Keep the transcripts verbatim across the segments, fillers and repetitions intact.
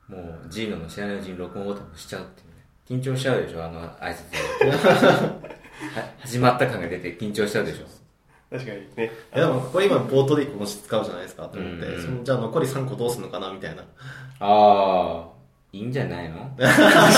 もうジーノの知らないうちに録音ボタン押しちゃうっていうね。緊張しちゃうでしょ、あの挨拶で始まった感が出て緊張しちゃうでしょ。 確かにね。 でもこれ今冒頭でいっこもし使うじゃないですかと思って、 うんうん、 そのじゃあ残りさんこどうするのかなみたいな。 ああ、いいんじゃないのあんま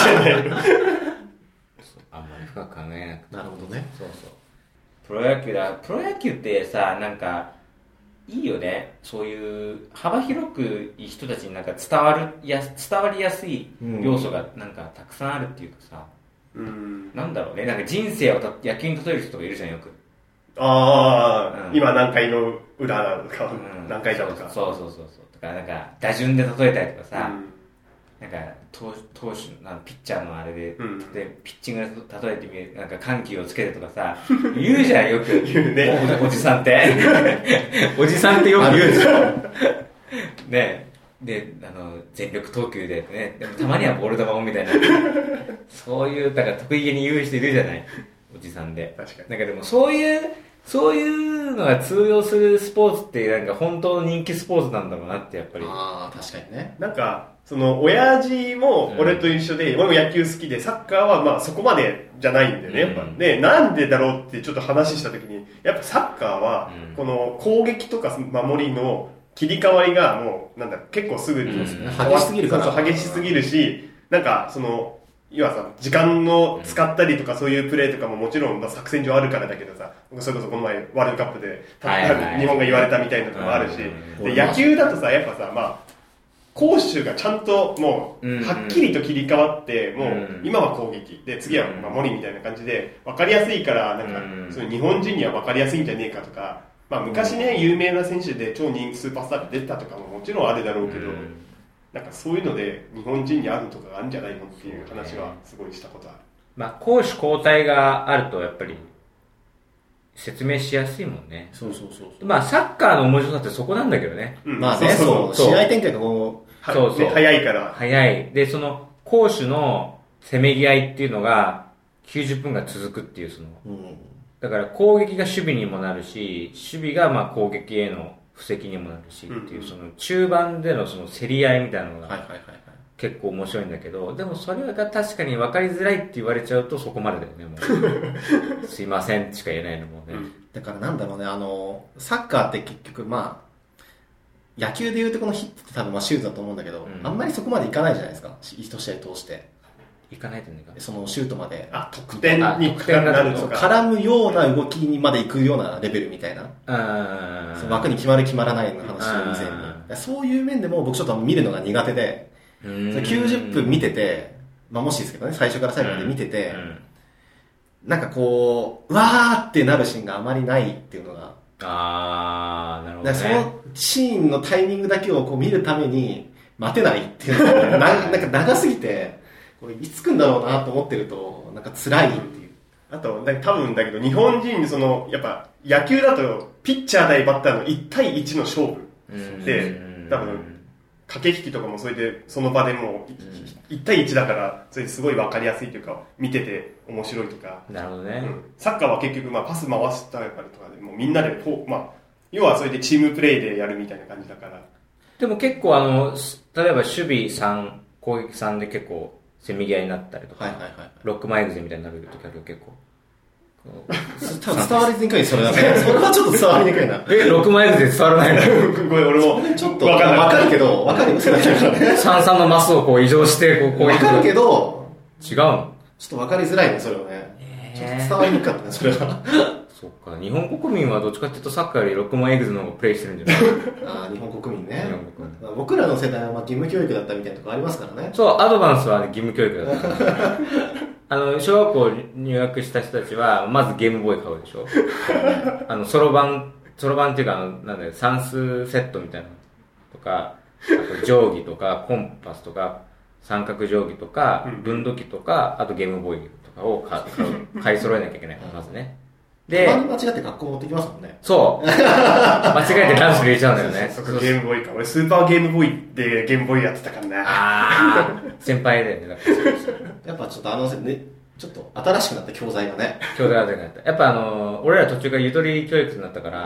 り深く考えなくて。 なるほどね。 そうそう。プロ野球だ。プロ野球ってさ、なんかいいよね。そういう幅広く人たちになんか伝わるや伝わりやすい要素がなんかたくさんあるっていうかさ、 うん、 なんだろうね。なんか人生をた野球に例える人がいるじゃんよく。 ああ、 うん、 今何回の裏なのか、うん、何回だとか。 そうそうそうそう。とかなんか打順で例えたりとかさ。うんなんか投投手なんピッチャーのあれで、うん、でピッチングで例えてみるなんか緩急をつけるとかさ言うじゃんよく言うねお, おじさんっておじさんってよく言うじゃんねであの全力投球でねでもたまにはボール球もみたいなそういうだから得意げに言う人いるじゃないおじさんで確かになんかでもそういうそういうのが通用するスポーツってなんか本当の人気スポーツなんだろうなってやっぱりああ確かにねなんかその親父も俺と一緒で、うん、俺も野球好きでサッカーはまあそこまでじゃないんだよね、やっぱでなんでだろうってちょっと話した時にやっぱサッカーはこの攻撃とか守りの切り替わりがもうなんだ結構すぐに、うん、 激しすぎるからそうそう激しすぎるしなんかその要はさ時間の使ったりとかそういうプレーとかももちろん、まあ、作戦上あるからだけどさそれこそこの前ワールドカップで、はいはいはい、日本が言われたみたいなのもあるし、うん、で野球だとさやっぱさまあ攻守がちゃんともうはっきりと切り替わってもう今は攻撃で次は守りみたいな感じで分かりやすいからなんかその日本人には分かりやすいんじゃねえかとかまあ昔ね有名な選手で超人気スーパースターが出たとかももちろんあるだろうけどなんかそういうので日本人にあるとかがあるんじゃないのっていう話はすごいしたことある。 まあ攻守交代があるとやっぱり説明しやすいもんね。 そうそうそうそう。 まあサッカーの面白さってそこなんだけどね。 うん、まあね、そうそう試合展開がもう、そうそう、ね、早いから。 早い。で、その攻守のせめぎ合いっていうのがきゅうじゅっぷんが続くっていうその、うん、だから攻撃が守備にもなるし、守備がまあ攻撃への布石にもなるしっていう、うん、その中盤でのその競り合いみたいなのが、はいはいはいはい結構面白いんだけどでもそれが確かに分かりづらいって言われちゃうとそこまでだよねもうすいませんしか言えないのもね、うん、 だからなんだろうねあのサッカーって結局まあ野球でいうとこのヒットって多分まあシュートだと思うんだけど、うん、あんまりそこまでいかないじゃないですか一試合通していかないとねそのシュートまであ得点になるとか絡むような動きにまで行くようなレベルみたいなあその枠に決まる決まらないの話を以前にそういう面でも僕ちょっと見るのが苦手できゅうじゅっぷん見てて、まあ、もしですけどね最初から最後まで見てて、うん、なんかこううわーってなるシーンがあまりないっていうのがあーなるほど、ね、 そのシーンのタイミングだけをこう見るために待てないっていうのがななんか長すぎてこれいつ来んだろうなと思ってるとなんか辛いっていうあと多分だけど日本人そのやっぱ野球だとピッチャー対バッターのいち対いちの勝負で多分駆け引きとかもそれでその場でもういち対いちだからそれですごい分かりやすいというか見てて面白いとかなるほどね、うん、 サッカーは結局まあパス回したりとかでもうみんなでこう、まあ、要はそれでチームプレーでやるみたいな感じだからでも結構あの例えば守備さん攻撃さんで結構せめぎ合いになったりとか、はいはいはい、ロックマイグゼみたいになる時あるよ結構多分伝わりにくいそれだねそれはちょっと伝わりにくいなえろくマイルで伝わらないのごめん俺もちょっと分かるけど分かるよそれだけ三三のマスをこう移動してこうこう分かるけど違うのちょっと分かりづらいねそれはね、えー、ちょっと伝わりにくかったねそれはそっか日本国民はどっちかっていうとサッカーよりロックマンエグズの方がプレイしてるんじゃないあ日本国民ね日本国民僕らの世代はまあ義務教育だったみたいなとこありますからねそうアドバンスは義務教育だったあの小学校入学した人たちはまずゲームボーイ買うでしょあのそろばんそろばんっていうかあのなんだよ算数セットみたいなのとかあと定規とかコンパスとか三角定規とか分度器とかあとゲームボーイとかを買う買い揃えなきゃいけないまずねで間違って学校持ってきますもんねそう間違えてダンス入れちゃうんだよねそうそうゲームボーイか俺スーパーゲームボーイでゲームボーイやってたからなあ先輩だよねやっぱちょっとあのねちょっと新しくなった教材がね教材が出なかったやっぱあの俺ら途中からゆとり教育になったから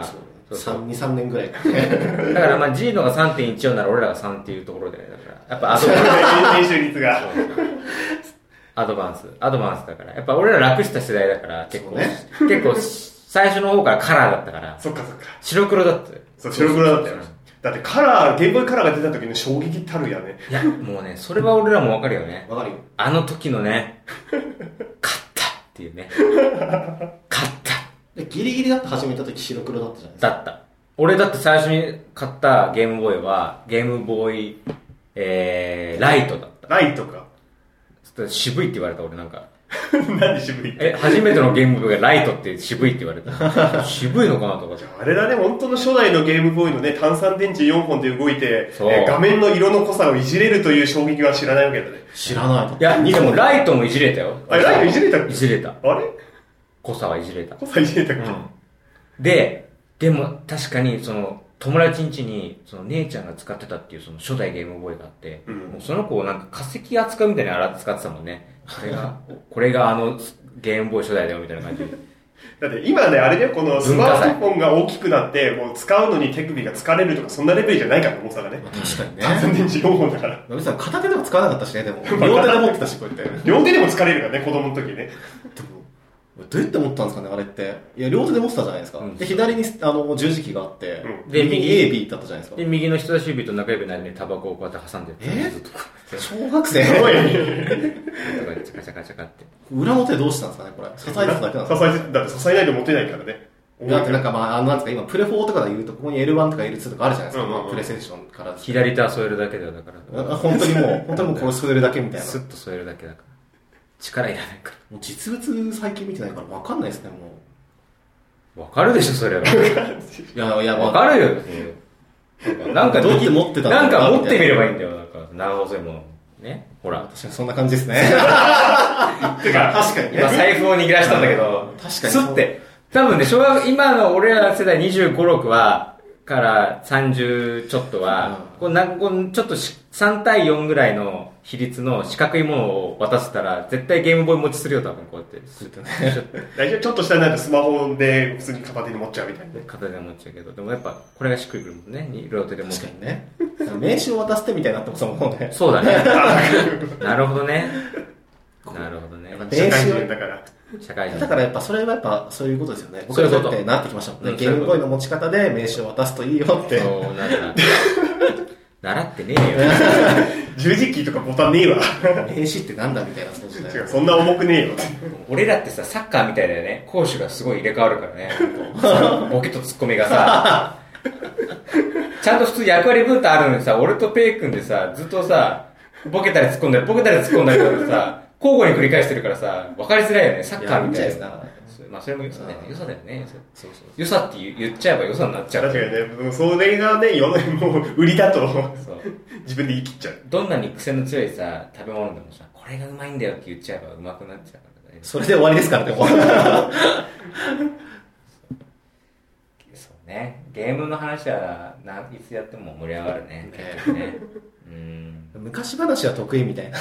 に、さんねんぐらい。 だからまあ G のが さんてんいちよん なら俺らがさんっていうところで、だからやっぱアドバンス。練習率が。 アドバンス。アドバンスだから。やっぱ俺ら楽した世代だから結構、ね、結構最初の方からカラーだったから。 そっかそっか。 白黒だったよ。 そう、白黒だったよ。だってカラー、ゲームボーイカラーが出た時の衝撃たるやね。 いや、もうね、それは俺らもわかるよね。 わかるよ。 あの時のね、勝ったっていうね。勝った。 でギリギリだって始めた時白黒だったじゃないですか。だった。俺だって最初に買ったゲームボーイは、ゲームボーイ、えー、ライトだった。 ライトか。 渋いって言われた俺なんか。 何渋いって。 え、初めてのゲームボーイがライトって渋いって言われた。渋いのかなとか。 あれだね、本当の初代のゲームボーイのね、単三電池よんほんで動いて、え画面の色の濃さをいじれるという衝撃は知らないわけだね。 知らない。 いや、でもライトもいじれたよ。 あれ、ライトいじれたっけ？ いじれた。 あれ？ 濃さはいじれた。 濃さいじれたっけ？うん、 で、でも確かにその、友達ん家にその姉ちゃんが使ってたっていうその初代ゲームボーイがあって、うん、もうその子をなんか化石扱うみたいに使ってたもんね。これが、これがあのゲームボーイ初代だよみたいな感じで。 だって今ね、あれだよ、このスマートフォンが大きくなって、もう使うのに手首が疲れるとかそんなレベルじゃないから、重さがね。 確かにね。 単三電池よんほんだから。 野口さん片手でも使わなかったしね、でも。両手で持ってたし、こうやって。 両手でも疲れるからね、子供の時ね。 どうやって持ったんですかね、あれって。いや、両手で持ってたじゃないですか。うん、で、左にあの十字キーがあって、うん、で、右 A、B だったじゃないですか。 で、右の人差し指と中指の間にタバコをこうやって挟んでえー、小学生すごい。 チャカチャカチャカって。 裏の手どうしたんですかね、これ。支えてただけなんですか？ 支えて、だって支えないと持てないからね。 だってなんかまあ、あのなんですか、今、プレフォーとかで言うと、ここに エルワン とか エルツー とかあるじゃないですか。うんうんうん、まあ、プレイステーションから。 左手は添えるだけだよ、だから。 本当にもう、本当にもうこれ添えるだけみたいな。 スッと添えるだけだから。力いらないから。 もう実物最近見てないから分かんないですね、もう。分かるでしょ、それは。いや、いや、 分かるよ。なんか、 どうやって持ってたのなんか持ってみればいいんだよ、なんか。長細いもの。ね。ほら。 確かにそんな感じですね。 てか、 確かにね。 今財布を握らしたんだけど、 確かに。 すって。多分ね、小学、今の俺ら世代にじゅうご、ろくは、からさんじゅうちょっとは、うん、こうなんこうちょっとさん対よんぐらいの比率の四角いものを渡せたら、絶対ゲームボーイ持ちするよ、多分こうやって。 大丈夫、ちょっとしたらなんかスマホで普通に片手に持っちゃうみたいな。 片手で持っちゃうけど、でもやっぱこれがしっくりくるもんね、両手で持っちゃう。 確かにね。名刺を渡してみたいになってますもんね。 そうだね。なるほどね。なるほどね。 社会人だから。 社会人だからやっぱそれはやっぱそういうことですよね。僕らだってなってきましたもんね。ゲームボーイの持ち方で名刺を渡すといいよって。 そうなるな。習ってねえよ。 十字キーとかボタンねえわ。 名刺ってなんだみたいなそうですね。 違う、そんな重くねえよ。 俺らってさ、サッカーみたいだよね。攻守がすごい入れ替わるからね。ボケとツッコミがさ、ちゃんと普通役割分担あるのにさ、俺とペイ君でさ、ずっとさ、ボケたり突っ込んだり、ボケたり突っ込んだりとかさ、交互に繰り返してるからさ、分かりづらいよね。サッカーみたいな。まあそれも良さだよね。良さだよね。そうそう。良さって言っちゃえば良さになっちゃう。 確かにね。それがね、世のもう売りだと自分で言い切っちゃう。 どんなに癖の強いさ、食べ物でもさ、これがうまいんだよって言っちゃえばうまくなっちゃうからね。 それで終わりですからね、もう。 そうね。ゲームの話は、いつやっても盛り上がるね。結局ね。うん昔話は得意みたいな。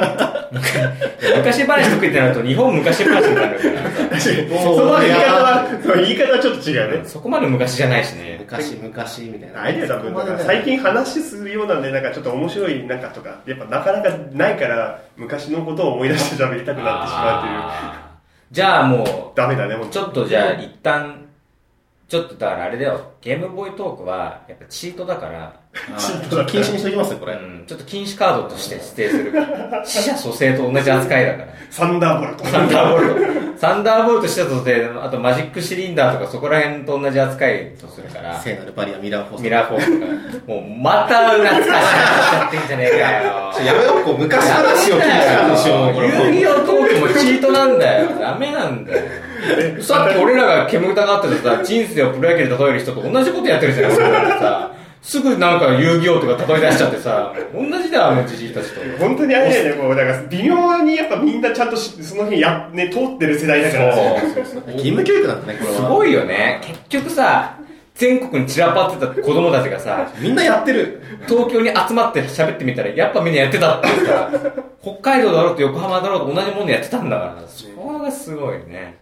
昔話得意ってなると日本昔話になるから。 そこまで言い方は、言い方はちょっと違うね。 そこまで昔じゃないしね。 昔昔みたいな。 アイデア多分、最近話するようなんで、なんかちょっと面白いなんかとか、やっぱなかなかないから、昔のことを思い出して喋りたくなってしまうという。 じゃあもう、 ダメだね、もう。 ちょっとじゃあ一旦、ちょっとだからあれだよ、ゲームボーイトークはやっぱチートだから、 チートだ禁止にしときますよ、これ。 うん、ちょっと禁止カードとして指定する。死者蘇生と同じ扱いだから。 サンダーボルト。 サンダーボルト。サンダーボルト死者蘇生、あとマジックシリンダーとかそこら辺と同じ扱いとするから。 聖なるバリア、ミラーフォース。 ミラーフォースとか。もうまた懐かしい話しちゃってんじゃねえかよ。 やめよう、こう昔話を聞いたでしょ。 遊戯王トークもチートなんだよ。ダメなんだよ。さっき俺らが煙たがってたさ、人生をプロ野球で例える人と同じことやってるじゃん。さすぐなんか遊戯王とか例え出しちゃってさ、同じだよ、あのじじいたちと。 本当にあれだよね、もう、だから微妙にやっぱみんなちゃんとその辺や、ね、通ってる世代だから。 そうそうそう。義務教育なんだね、これは。 すごいよね。結局さ、全国に散らばってた子供たちがさ、 みんなやってる。 東京に集まって喋ってみたら、やっぱみんなやってたっていうさ、北海道だろうと横浜だろうと同じものやってたんだから、そこがすごいね。